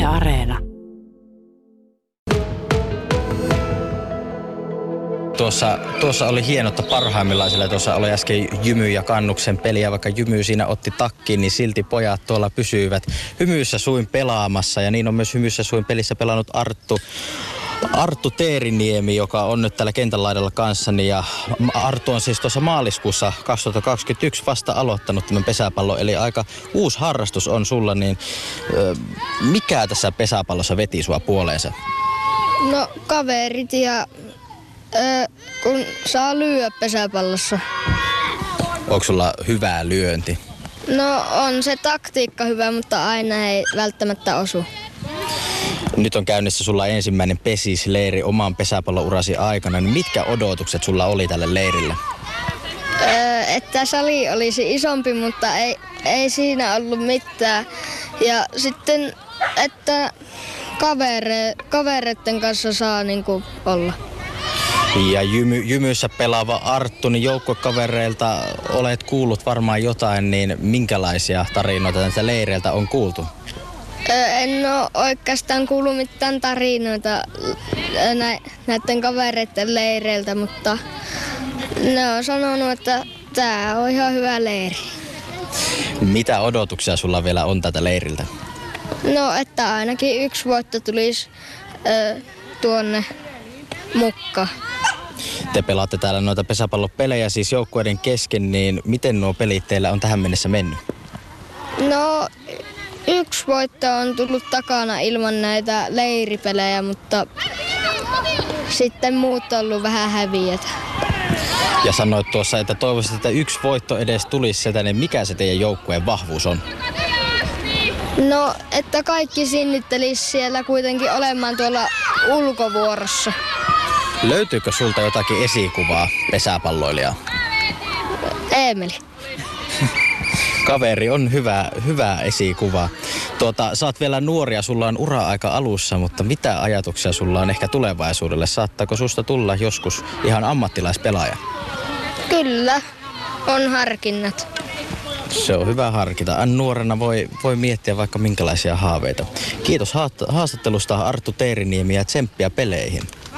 Yle Areena. Tuossa oli hienottä parhaimmillaan, sillä tuossa oli äsken Jymy ja Kannuksen peliä. Vaikka Jymy siinä otti takkiin, niin silti pojat tuolla pysyivät hymyssä suin pelaamassa. Ja niin on myös hymyssä suin pelissä pelannut Arttu Teeriniemi, joka on nyt täällä kentän laidalla kanssani. Ja Arttu on siis tuossa maaliskuussa 2021 vasta aloittanut tämän pesäpallon, eli aika uusi harrastus on sulla. Niin mikä tässä pesäpallossa veti sua puoleensa? No kaverit ja kun saa lyödä pesäpallossa. Onko sulla hyvä lyönti? No on se taktiikka hyvä, mutta aina ei välttämättä osu. Nyt on käynnissä sulla ensimmäinen pesisleiri oman pesäpallourasi aikana. Niin mitkä odotukset sulla oli tälle leirille? Että sali olisi isompi, mutta ei siinä ollut mitään. Ja sitten, että kavereiden kanssa saa niinku olla. Ja Jymyssä pelaava Arttu, niin joukkuekavereilta olet kuullut varmaan jotain, niin minkälaisia tarinoita tältä leireiltä on kuultu? En ole oikeastaan kuullut mitään tarinoita näiden kavereiden leireiltä, mutta ne on sanonut, että tämä on ihan hyvä leiri. Mitä odotuksia sulla vielä on tätä leiriltä? No, että ainakin 1 voitto tulisi tuonne mukaan. Te pelaatte täällä noita pesäpallopelejä siis joukkueiden kesken, niin miten nuo pelit teillä on tähän mennessä mennyt? No, 1 voitto on tullut takana ilman näitä leiripelejä, mutta sitten muut on ollut vähän häviötä. Ja sanoit tuossa, että toivoisit, että 1 voitto edes tulisi sieltä, niin mikä se teidän joukkueen vahvuus on? No, että kaikki sinnittelisi siellä kuitenkin olemaan tuolla ulkovuorossa. Löytyykö sulta jotakin esikuvaa pesäpalloilijaa? Eemeli. Kaveri on hyvä esikuva. Sä oot vielä nuoria, sulla on ura-aika alussa, mutta mitä ajatuksia sulla on ehkä tulevaisuudelle? Saattaako susta tulla joskus ihan ammattilaispelaaja? Kyllä, on harkinnat. Se on hyvä harkita. Nuorena voi miettiä vaikka minkälaisia haaveita. Kiitos haastattelusta Arttu Teeriniemi ja tsemppiä peleihin.